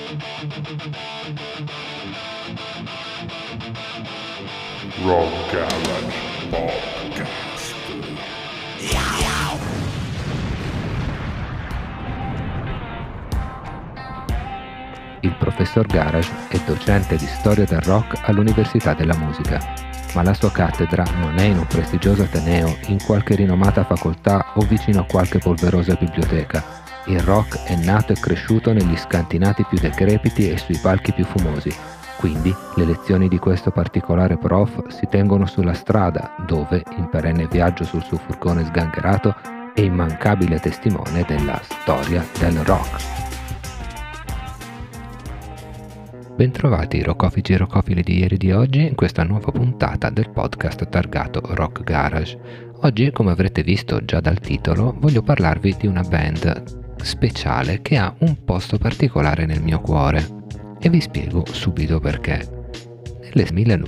Rock Garage Podcast. Il professor Garage è docente di storia del rock all'Università della Musica, ma la sua cattedra non è in un prestigioso ateneo, in qualche rinomata facoltà o vicino a qualche polverosa biblioteca. Il rock è nato e cresciuto negli scantinati più decrepiti e sui palchi più fumosi. Quindi le lezioni di questo particolare prof si tengono sulla strada, dove, in perenne viaggio sul suo furgone sgangherato, è immancabile testimone della storia del rock. Bentrovati rocofici e rocofili di ieri e di oggi in questa nuova puntata del podcast targato Rock Garage. Oggi, come avrete visto già dal titolo, voglio parlarvi di una band speciale che ha un posto particolare nel mio cuore e vi spiego subito perché. Nel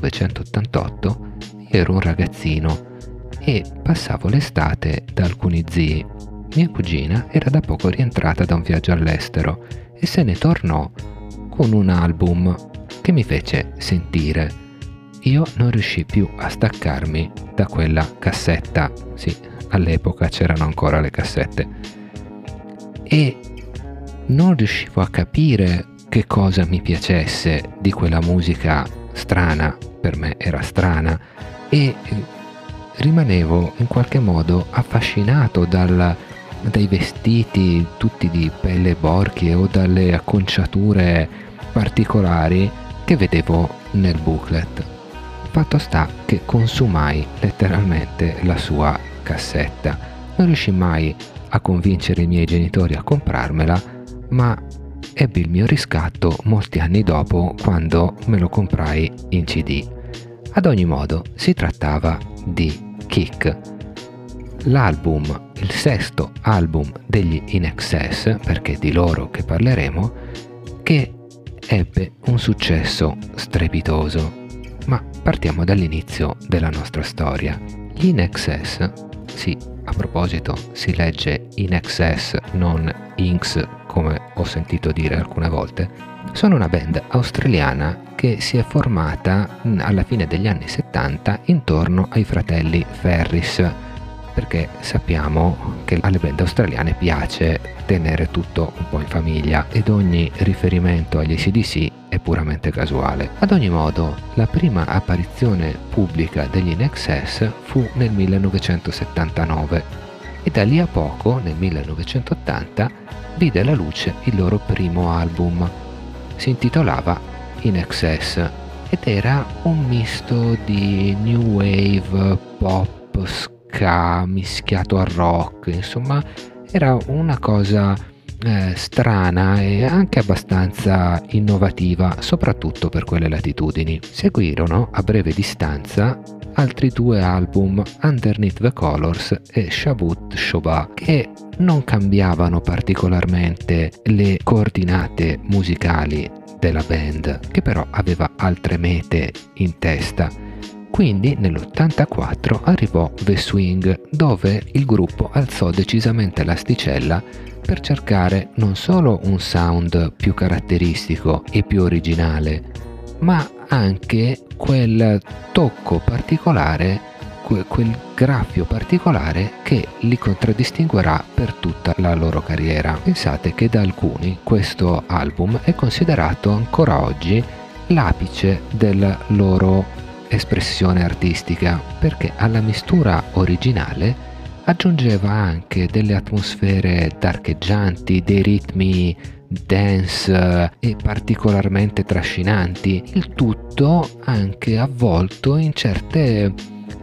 1988 ero un ragazzino e passavo l'estate da alcuni zii. Mia cugina era da poco rientrata da un viaggio all'estero e se ne tornò con un album che mi fece sentire. Io non riuscii più a staccarmi da quella cassetta. Sì, all'epoca c'erano ancora le cassette. E non riuscivo a capire che cosa mi piacesse di quella musica strana, per me era strana, e rimanevo in qualche modo affascinato dai vestiti tutti di pelle borchie o dalle acconciature particolari che vedevo nel booklet. Fatto sta che consumai letteralmente la sua cassetta. Non riuscii mai a convincere i miei genitori a comprarmela, ma ebbi il mio riscatto molti anni dopo quando me lo comprai in CD. Ad ogni modo si trattava di Kick, l'album, il sesto album degli INXS, perché è di loro che parleremo, che ebbe un successo strepitoso. Ma partiamo dall'inizio della nostra storia. Gli INXS, sì, a proposito, si legge INXS, non Inks, come ho sentito dire alcune volte, sono una band australiana che si è formata alla fine degli anni 70 intorno ai fratelli Ferris, perché sappiamo che alle band australiane piace tenere tutto un po' in famiglia ed ogni riferimento agli AC/DC è puramente casuale. Ad ogni modo, la prima apparizione pubblica degli INXS fu nel 1979 e da lì a poco, nel 1980, vide alla luce il loro primo album. Si intitolava INXS ed era un misto di new wave, pop, ska mischiato al rock, insomma era una cosa strana e anche abbastanza innovativa, soprattutto per quelle latitudini. Seguirono a breve distanza altri due album, Underneath the Colors e Shabut Shoba, che non cambiavano particolarmente le coordinate musicali della band, che però aveva altre mete in testa. Quindi nell'84 arrivò The Swing, dove il gruppo alzò decisamente l'asticella per cercare non solo un sound più caratteristico e più originale, ma anche quel tocco particolare, quel graffio particolare che li contraddistinguerà per tutta la loro carriera. Pensate che da alcuni questo album è considerato ancora oggi l'apice della loro espressione artistica, perché alla mistura originale aggiungeva anche delle atmosfere darcheggianti, dei ritmi dance e particolarmente trascinanti, il tutto anche avvolto in certe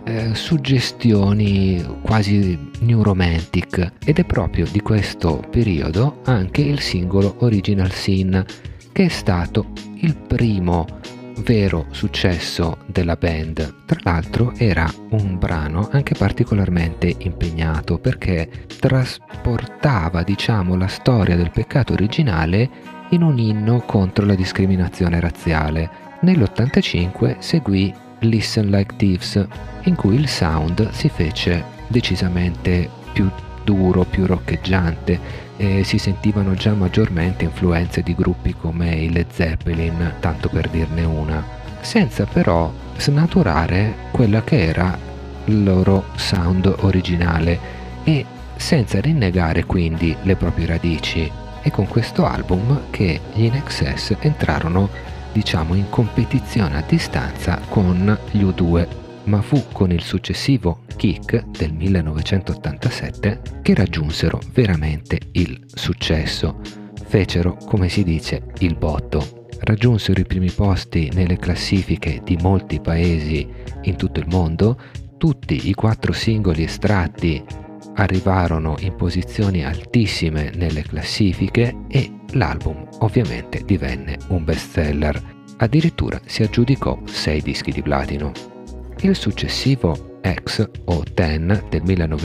suggestioni quasi new romantic, ed è proprio di questo periodo anche il singolo Original Sin, che è stato il primo vero successo della band. Tra l'altro era un brano anche particolarmente impegnato, perché trasportava, diciamo, la storia del peccato originale in un inno contro la discriminazione razziale. Nell'85 seguì Listen Like Thieves, in cui il sound si fece decisamente più duro, più roccheggiante, si sentivano già maggiormente influenze di gruppi come i Led Zeppelin, tanto per dirne una, senza però snaturare quella che era il loro sound originale e senza rinnegare quindi le proprie radici. E con questo album che gli INXS entrarono, diciamo, in competizione a distanza con gli U2, ma fu con il successivo Kick del 1987 che raggiunsero veramente il successo. Fecero, come si dice, il botto. Raggiunsero i primi posti nelle classifiche di molti paesi in tutto il mondo. Tutti i 4 singoli estratti arrivarono in posizioni altissime nelle classifiche e l'album ovviamente divenne un bestseller. Addirittura si aggiudicò 6 dischi di platino. Il successivo X o 10 del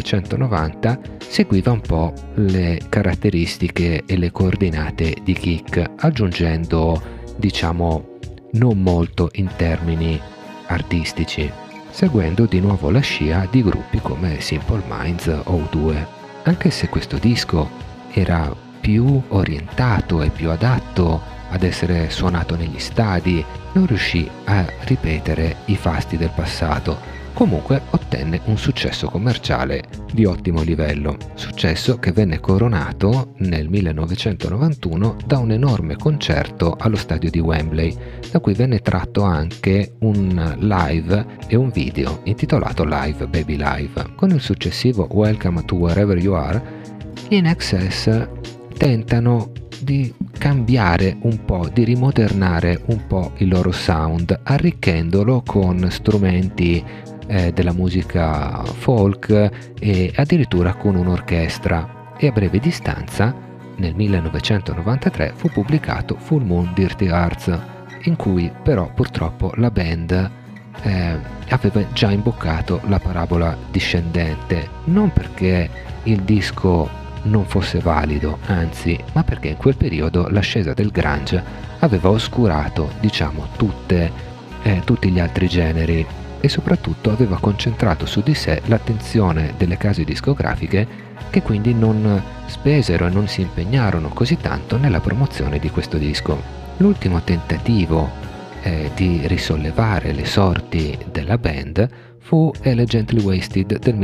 1990 seguiva un po' le caratteristiche e le coordinate di Kick, aggiungendo, diciamo, non molto in termini artistici, seguendo di nuovo la scia di gruppi come Simple Minds o U2. Anche se questo disco era più orientato e più adatto ad essere suonato negli stadi, non riuscì a ripetere i fasti del passato. Comunque ottenne un successo commerciale di ottimo livello, successo che venne coronato nel 1991 da un enorme concerto allo stadio di Wembley, da cui venne tratto anche un live e un video intitolato Live Baby Live. Con il successivo Welcome to Wherever You Are, gli INXS tentano di cambiare un po', di rimodernare un po' il loro sound, arricchendolo con strumenti della musica folk e addirittura con un'orchestra, e a breve distanza nel 1993 fu pubblicato Full Moon Dirty Hearts, in cui però purtroppo la band aveva già imboccato la parabola discendente, non perché il disco non fosse valido, anzi, ma perché in quel periodo l'ascesa del grunge aveva oscurato, diciamo, tutti gli altri generi e soprattutto aveva concentrato su di sé l'attenzione delle case discografiche, che quindi non spesero e non si impegnarono così tanto nella promozione di questo disco. L'ultimo tentativo di risollevare le sorti della band fu Elegantly Wasted del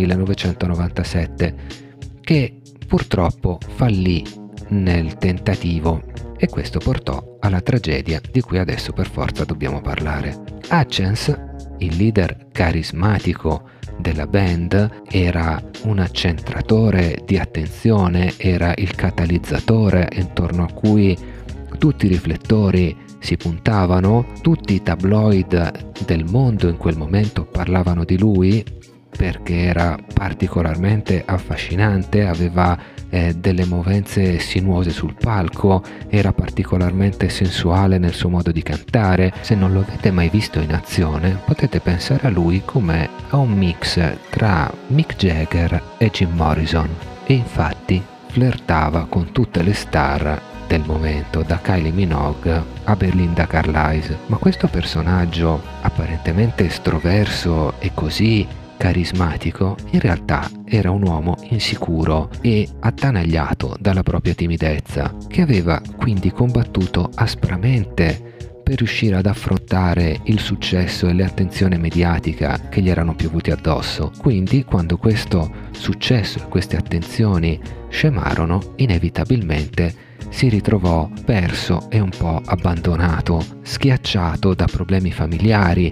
1997, che purtroppo fallì nel tentativo, e questo portò alla tragedia di cui adesso per forza dobbiamo parlare. Hutchence, il leader carismatico della band, era un accentratore di attenzione, era il catalizzatore intorno a cui tutti i riflettori si puntavano, tutti i tabloid del mondo in quel momento parlavano di lui perché era particolarmente affascinante, aveva delle movenze sinuose sul palco, era particolarmente sensuale nel suo modo di cantare. Se non lo avete mai visto in azione, potete pensare a lui come a un mix tra Mick Jagger e Jim Morrison, e infatti flirtava con tutte le star del momento, da Kylie Minogue a Belinda Carlisle. Ma questo personaggio apparentemente estroverso e così carismatico in realtà era un uomo insicuro e attanagliato dalla propria timidezza, che aveva quindi combattuto aspramente per riuscire ad affrontare il successo e l'attenzione mediatica che gli erano piovuti addosso. Quindi quando questo successo e queste attenzioni scemarono, inevitabilmente si ritrovò perso e un po' abbandonato, schiacciato da problemi familiari,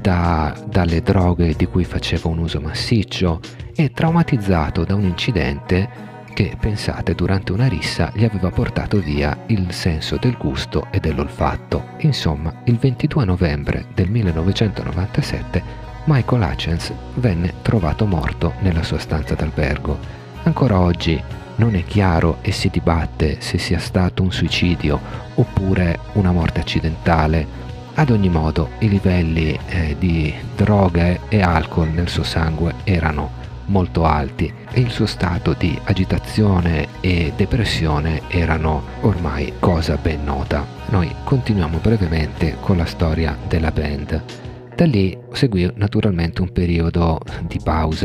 dalle droghe di cui faceva un uso massiccio, e traumatizzato da un incidente che, pensate, durante una rissa gli aveva portato via il senso del gusto e dell'olfatto. Insomma, il 22 novembre del 1997 Michael Hutchence venne trovato morto nella sua stanza d'albergo. Ancora oggi non è chiaro e si dibatte se sia stato un suicidio oppure una morte accidentale. Ad ogni modo, i livelli di droghe e alcol nel suo sangue erano molto alti e il suo stato di agitazione e depressione erano ormai cosa ben nota. Noi continuiamo brevemente con la storia della band. Da lì seguì naturalmente un periodo di pausa,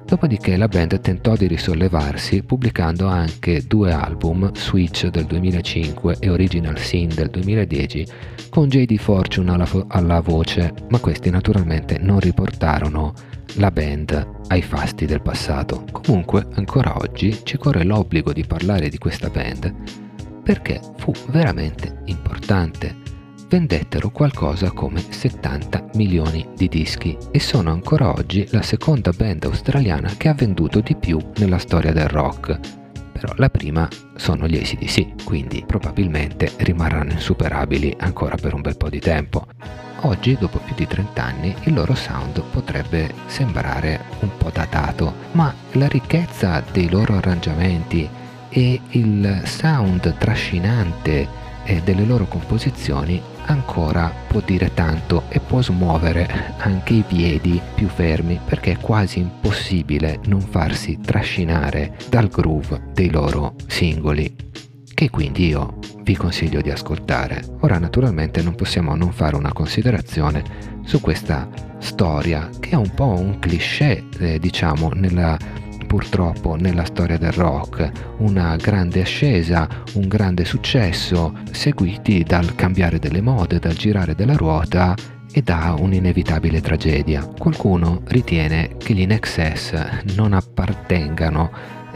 Dopodiché la band tentò di risollevarsi pubblicando anche 2 album, Switch del 2005 e Original Sin del 2010, con J.D. Fortune alla voce, ma questi naturalmente non riportarono la band ai fasti del passato. Comunque ancora oggi ci corre l'obbligo di parlare di questa band perché fu veramente importante. Vendettero qualcosa come 70 milioni di dischi e sono ancora oggi la seconda band australiana che ha venduto di più nella storia del rock. Però la prima sono gli AC/DC, quindi probabilmente rimarranno insuperabili ancora per un bel po' di tempo. Oggi, dopo più di 30 anni, il loro sound potrebbe sembrare un po' datato, ma la ricchezza dei loro arrangiamenti e il sound trascinante delle loro composizioni ancora può dire tanto e può smuovere anche i piedi più fermi, perché è quasi impossibile non farsi trascinare dal groove dei loro singoli, che quindi io vi consiglio di ascoltare. Ora naturalmente non possiamo non fare una considerazione su questa storia che è un po' un cliché, diciamo, purtroppo nella storia del rock, una grande ascesa, un grande successo, seguiti dal cambiare delle mode, dal girare della ruota e da un'inevitabile tragedia. Qualcuno ritiene che gli INXS non appartengano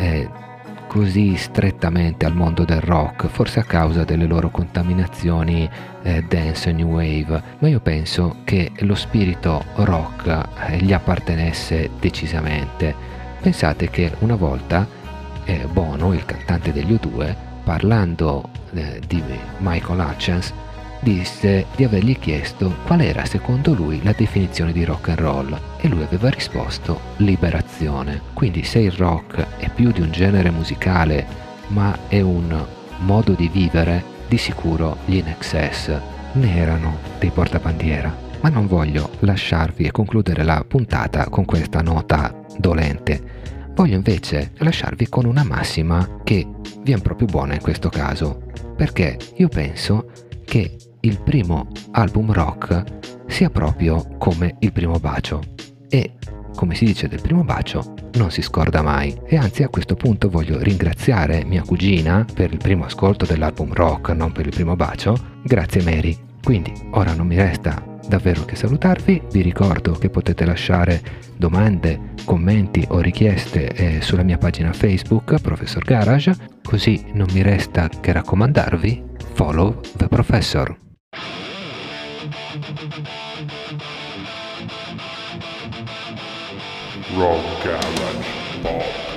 così strettamente al mondo del rock, forse a causa delle loro contaminazioni dance e new wave, ma io penso che lo spirito rock gli appartenesse decisamente. Pensate che una volta Bono, il cantante degli U2, parlando di Michael Hutchence, disse di avergli chiesto qual era secondo lui la definizione di rock and roll e lui aveva risposto liberazione. Quindi se il rock è più di un genere musicale ma è un modo di vivere, di sicuro gli INXS ne erano dei portabandiera. Ma non voglio lasciarvi e concludere la puntata con questa nota dolente. Voglio invece lasciarvi con una massima che viene proprio buona in questo caso, perché io penso che il primo album rock sia proprio come il primo bacio e, come si dice del primo bacio, non si scorda mai. E anzi, a questo punto voglio ringraziare mia cugina per il primo ascolto dell'album rock, non per il primo bacio. Grazie Mary. Quindi ora non mi resta davvero che salutarvi. Vi ricordo che potete lasciare domande, commenti o richieste sulla mia pagina Facebook Professor Garage. Così non mi resta che raccomandarvi Follow the Professor. Rock Garage Podcast.